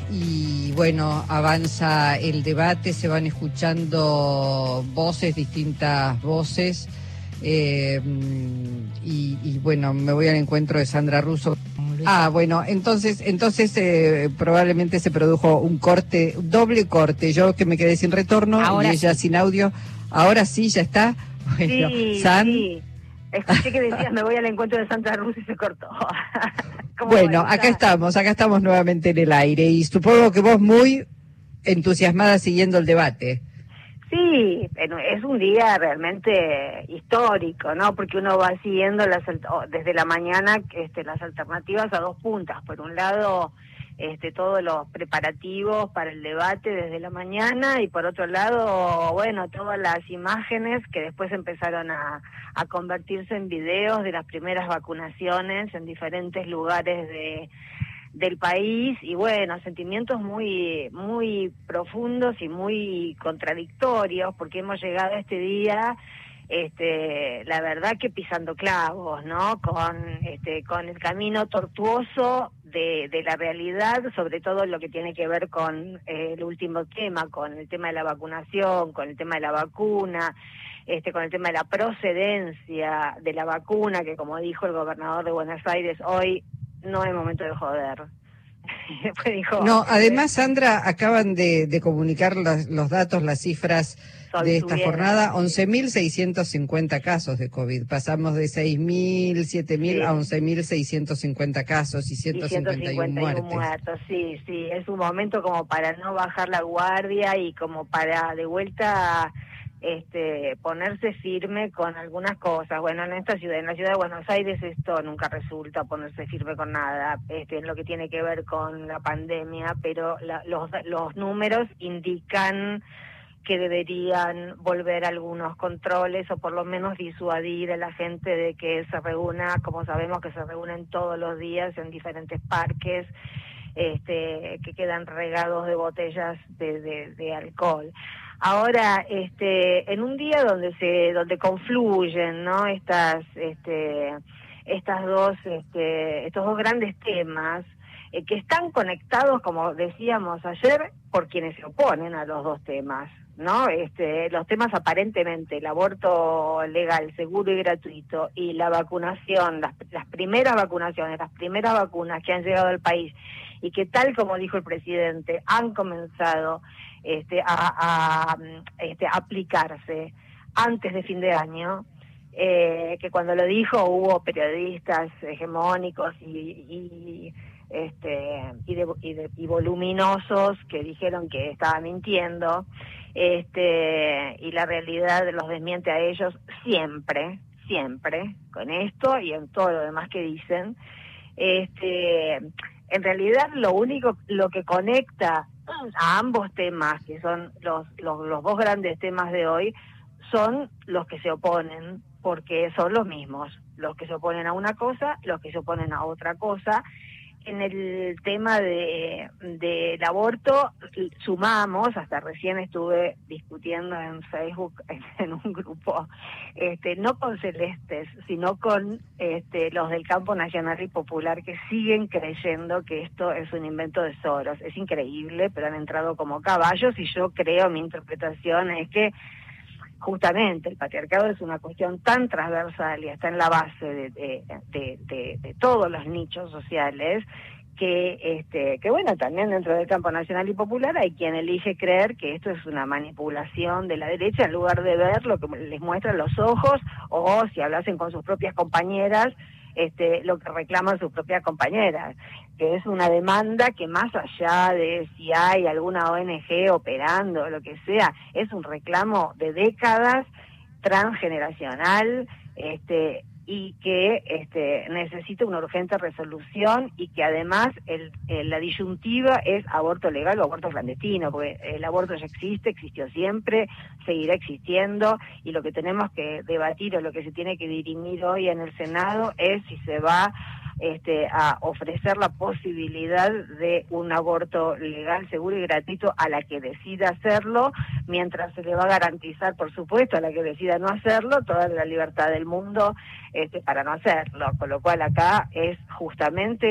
y bueno, avanza el debate, se van escuchando voces, distintas voces, y bueno, me voy al encuentro de Sandra Russo. Bueno, entonces probablemente se produjo un doble corte, yo que me quedé sin retorno ahora y ella sí. Sin audio. Ahora sí, ya está. Bueno, Sí, San. sí. Escuché que decías me voy al encuentro de Sandra Russo y se cortó. Bueno, acá estamos nuevamente en el aire y supongo que vos muy entusiasmada siguiendo el debate. Sí, es un día realmente histórico, ¿no? Porque uno va siguiendo desde la mañana las alternativas a dos puntas. Por un lado, todos los preparativos para el debate desde la mañana y por otro lado, bueno, todas las imágenes que después empezaron a convertirse en videos de las primeras vacunaciones en diferentes lugares del país y bueno, sentimientos muy muy profundos y muy contradictorios porque hemos llegado a este día la verdad que pisando clavos, ¿no? Con el camino tortuoso de la realidad, sobre todo lo que tiene que ver con el último tema, con el tema de la vacunación, con el tema de la vacuna, con el tema de la procedencia de la vacuna, que como dijo el gobernador de Buenos Aires hoy, no es momento de joder. Dijo, no, además, Sandra, acaban de comunicar los datos, las cifras de esta jornada, 11.650 casos de COVID. Pasamos de 6.000, 7.000 a 11.650 casos y 151 muertes. Sí, es un momento como para no bajar la guardia y como para de vuelta ponerse firme con algunas cosas. Bueno, en la ciudad de Buenos Aires esto nunca resulta ponerse firme con nada, en lo que tiene que ver con la pandemia, pero los números indican que deberían volver algunos controles o por lo menos disuadir a la gente de que se reúna, como sabemos que se reúnen todos los días en diferentes parques, que quedan regados de botellas de alcohol. Ahora, en un día donde confluyen, ¿no? Estos dos grandes temas que están conectados, como decíamos ayer, por quienes se oponen a los dos temas, ¿no? Los temas aparentemente, el aborto legal, seguro y gratuito, y la vacunación, las primeras vacunaciones, las primeras vacunas que han llegado al país y que tal como dijo el presidente, han comenzado a aplicarse antes de fin de año, que cuando lo dijo hubo periodistas hegemónicos y voluminosos que dijeron que estaba mintiendo, y la realidad los desmiente a ellos siempre con esto y en todo lo demás que dicen. En realidad lo que conecta a ambos temas, que son los dos grandes temas de hoy, son los que se oponen, porque son los mismos, los que se oponen a una cosa, los que se oponen a otra cosa. En el tema del aborto sumamos, hasta recién estuve discutiendo en Facebook en un grupo, no con celestes, sino con los del campo nacional y popular que siguen creyendo que esto es un invento de Soros. Es increíble, pero han entrado como caballos y yo creo, mi interpretación es que justamente el patriarcado es una cuestión tan transversal y está en la base de todos los nichos sociales que bueno, también dentro del campo nacional y popular hay quien elige creer que esto es una manipulación de la derecha en lugar de ver lo que les muestran los ojos, o si hablasen con sus propias compañeras, lo que reclaman sus propias compañeras, que es una demanda que más allá de si hay alguna ONG operando o lo que sea, es un reclamo de décadas, transgeneracional, y que necesita una urgente resolución y que además la disyuntiva es aborto legal o aborto clandestino, porque el aborto ya existió siempre, seguirá existiendo, y lo que tenemos que debatir o lo que se tiene que dirimir hoy en el Senado es si se va a ofrecer la posibilidad de un aborto legal, seguro y gratuito a la que decida hacerlo, mientras se le va a garantizar, por supuesto, a la que decida no hacerlo, toda la libertad del mundo para no hacerlo, con lo cual acá es justamente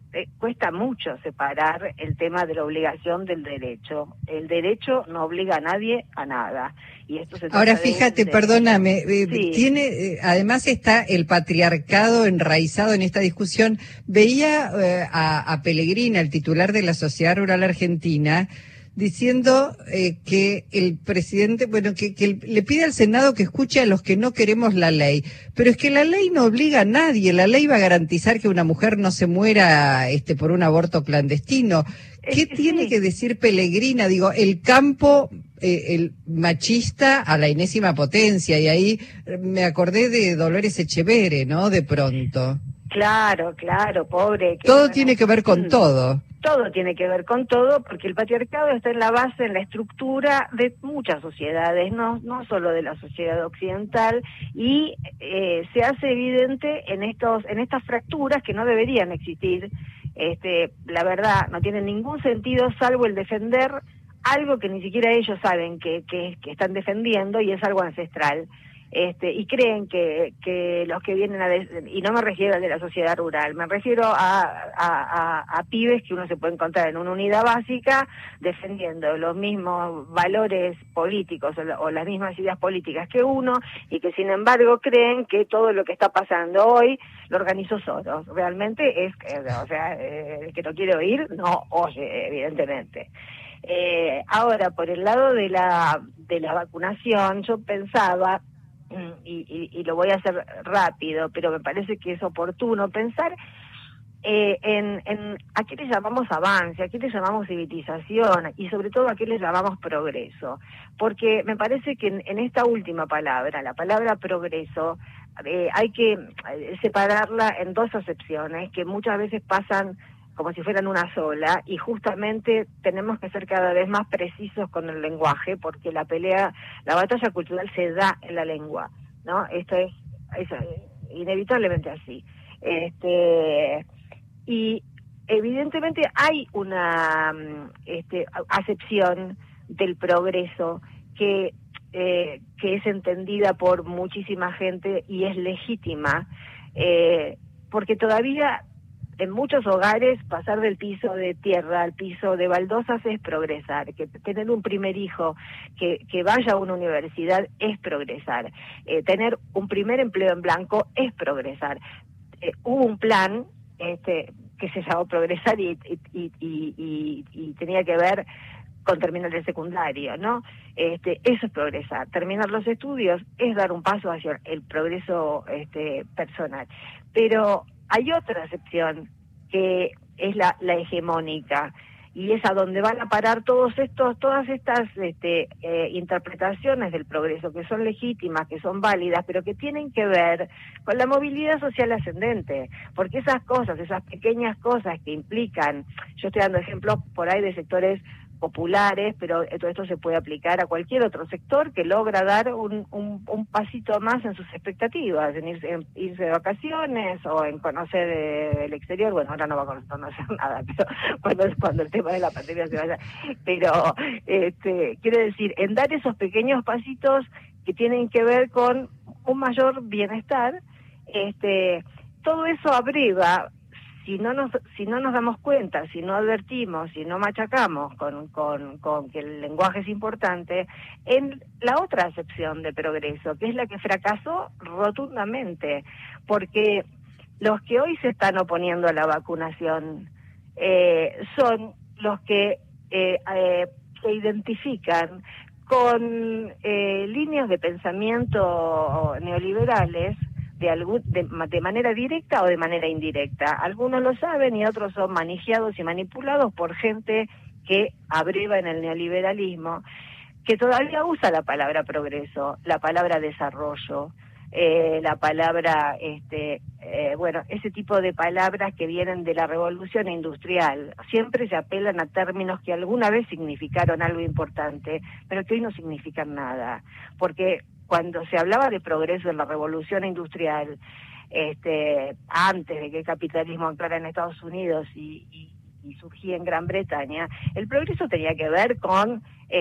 cuesta mucho separar el tema de la obligación del derecho. El derecho no obliga a nadie a nada. Y esto se Ahora fíjate, perdóname, sí. tiene además está el patriarcado enraizado en esta discusión. Veía a Pellegrina, el titular de la Sociedad Rural Argentina, diciendo que el presidente, que le pide al Senado que escuche a los que no queremos la ley. Pero es que la ley no obliga a nadie, la ley va a garantizar que una mujer no se muera por un aborto clandestino. ¿Qué tiene que decir Pellegrina? Digo, el campo, el machista a la enésima potencia, y ahí me acordé de Dolores Echeverre, ¿no? De pronto. Claro, pobre. Todo tiene que ver con todo. Todo tiene que ver con todo, porque el patriarcado está en la base, en la estructura de muchas sociedades, no solo de la sociedad occidental, y se hace evidente en estas fracturas que no deberían existir. La verdad, no tiene ningún sentido salvo el defender algo que ni siquiera ellos saben que están defendiendo, y es algo ancestral. Y creen que los que vienen y no me refiero al de la sociedad rural, me refiero a pibes que uno se puede encontrar en una unidad básica defendiendo los mismos valores políticos o las mismas ideas políticas que uno, y que sin embargo creen que todo lo que está pasando hoy lo organizó Soros. Realmente es, el que no quiere oír no oye, evidentemente. Ahora, por el lado de la vacunación, yo pensaba, y lo voy a hacer rápido, pero me parece que es oportuno pensar en a qué le llamamos avance, a qué le llamamos civilización, y sobre todo a qué le llamamos progreso, porque me parece que en esta última palabra, la palabra progreso, hay que separarla en dos acepciones que muchas veces pasan como si fueran una sola, y justamente tenemos que ser cada vez más precisos con el lenguaje, porque la batalla cultural se da en la lengua, ¿no? Esto es inevitablemente así. Y evidentemente hay una acepción del progreso que es entendida por muchísima gente y es legítima, porque todavía en muchos hogares pasar del piso de tierra al piso de baldosas es progresar, que tener un primer hijo que vaya a una universidad es progresar, tener un primer empleo en blanco es progresar. Hubo un plan que se llamó Progresar y tenía que ver con terminar el secundario, ¿no? Eso es progresar. Terminar los estudios es dar un paso hacia el progreso personal. Pero hay otra acepción que es la hegemónica, y es a donde van a parar todas estas interpretaciones del progreso, que son legítimas, que son válidas, pero que tienen que ver con la movilidad social ascendente, porque esas pequeñas cosas que implican, yo estoy dando ejemplos por ahí de sectores populares, pero todo esto se puede aplicar a cualquier otro sector que logra dar un pasito más en sus expectativas, en irse de vacaciones o en conocer el exterior. Bueno, ahora no va a conocer nada, pero cuando el tema de la pandemia se vaya. Pero quiero decir, en dar esos pequeños pasitos que tienen que ver con un mayor bienestar, todo eso abreva. Si no nos damos cuenta, si no advertimos, si no machacamos con que el lenguaje es importante, en la otra acepción de progreso, que es la que fracasó rotundamente, porque los que hoy se están oponiendo a la vacunación son los que se identifican con líneas de pensamiento neoliberales, de manera directa o de manera indirecta. Algunos lo saben y otros son manijeados y manipulados por gente que abreva en el neoliberalismo, que todavía usa la palabra progreso, la palabra desarrollo, la palabra, ese tipo de palabras que vienen de la revolución industrial. Siempre se apelan a términos que alguna vez significaron algo importante, pero que hoy no significan nada, porque cuando se hablaba de progreso en la revolución industrial, antes de que el capitalismo entrara en Estados Unidos y surgía en Gran Bretaña, el progreso tenía que ver con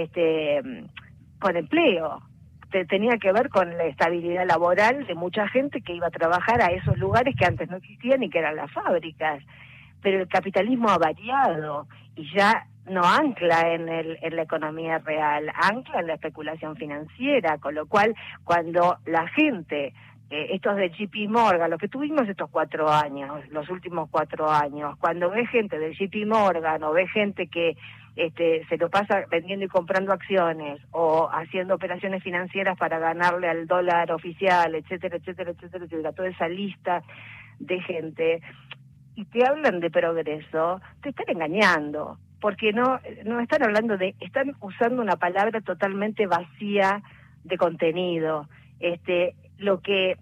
empleo, tenía que ver con la estabilidad laboral de mucha gente que iba a trabajar a esos lugares que antes no existían y que eran las fábricas. pero el capitalismo ha variado y ya no ancla en la economía real, ancla en la especulación financiera, con lo cual cuando la gente, estos de JP Morgan, lo que tuvimos estos 4 años, los últimos 4 años, cuando ve gente de JP Morgan o ve gente que se lo pasa vendiendo y comprando acciones o haciendo operaciones financieras para ganarle al dólar oficial, etcétera, etcétera, etcétera, etcétera, toda esa lista de gente, y te hablan de progreso, te están engañando, porque no están hablando están usando una palabra totalmente vacía de contenido. En lo que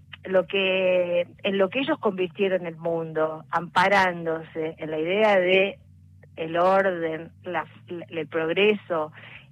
ellos convirtieron el mundo, amparándose en la idea de el orden, el progreso,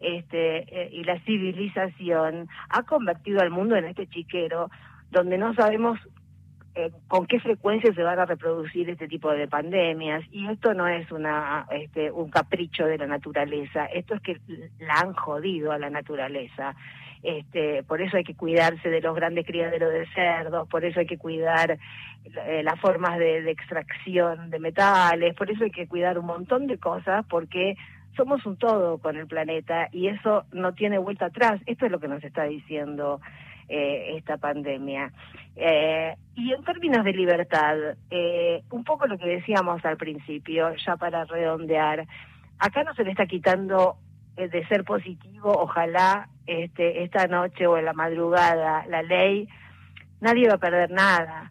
y la civilización, ha convertido al mundo en este chiquero donde no sabemos con qué frecuencia se van a reproducir este tipo de pandemias, y esto no es un capricho de la naturaleza, esto es que la han jodido a la naturaleza. Por eso hay que cuidarse de los grandes criaderos de cerdos, por eso hay que cuidar las formas de extracción de metales, por eso hay que cuidar un montón de cosas, porque somos un todo con el planeta y eso no tiene vuelta atrás. Esto es lo que nos está diciendo esta pandemia. Y en términos de libertad, un poco lo que decíamos al principio, ya para redondear, acá no se le está quitando de ser positivo, ojalá esta noche o en la madrugada la ley, nadie va a perder nada.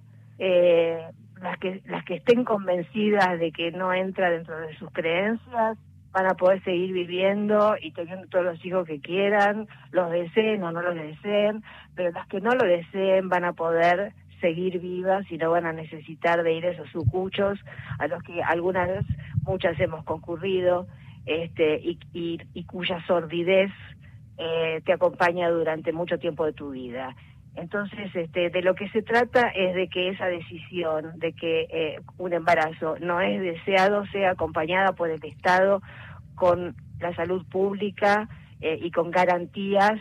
Las que estén convencidas de que no entra dentro de sus creencias van a poder seguir viviendo y teniendo todos los hijos que quieran, los deseen o no los deseen, pero las que no lo deseen van a poder seguir vivas y no van a necesitar de ir a esos sucuchos a los que alguna vez muchas hemos concurrido, y cuya sordidez te acompaña durante mucho tiempo de tu vida. Entonces, de lo que se trata es de que esa decisión de que un embarazo no es deseado sea acompañada por el Estado con la salud pública y con garantías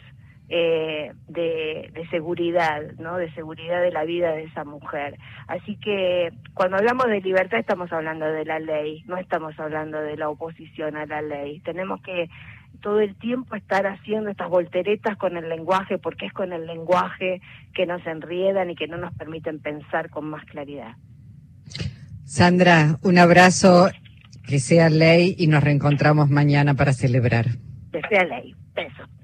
de seguridad, ¿no? De seguridad de la vida de esa mujer. Así que cuando hablamos de libertad estamos hablando de la ley, no estamos hablando de la oposición a la ley. Tenemos que todo el tiempo estar haciendo estas volteretas con el lenguaje, porque es con el lenguaje que nos enriedan y que no nos permiten pensar con más claridad. Sandra, un abrazo, que sea ley y nos reencontramos mañana para celebrar. Que sea ley. Besos.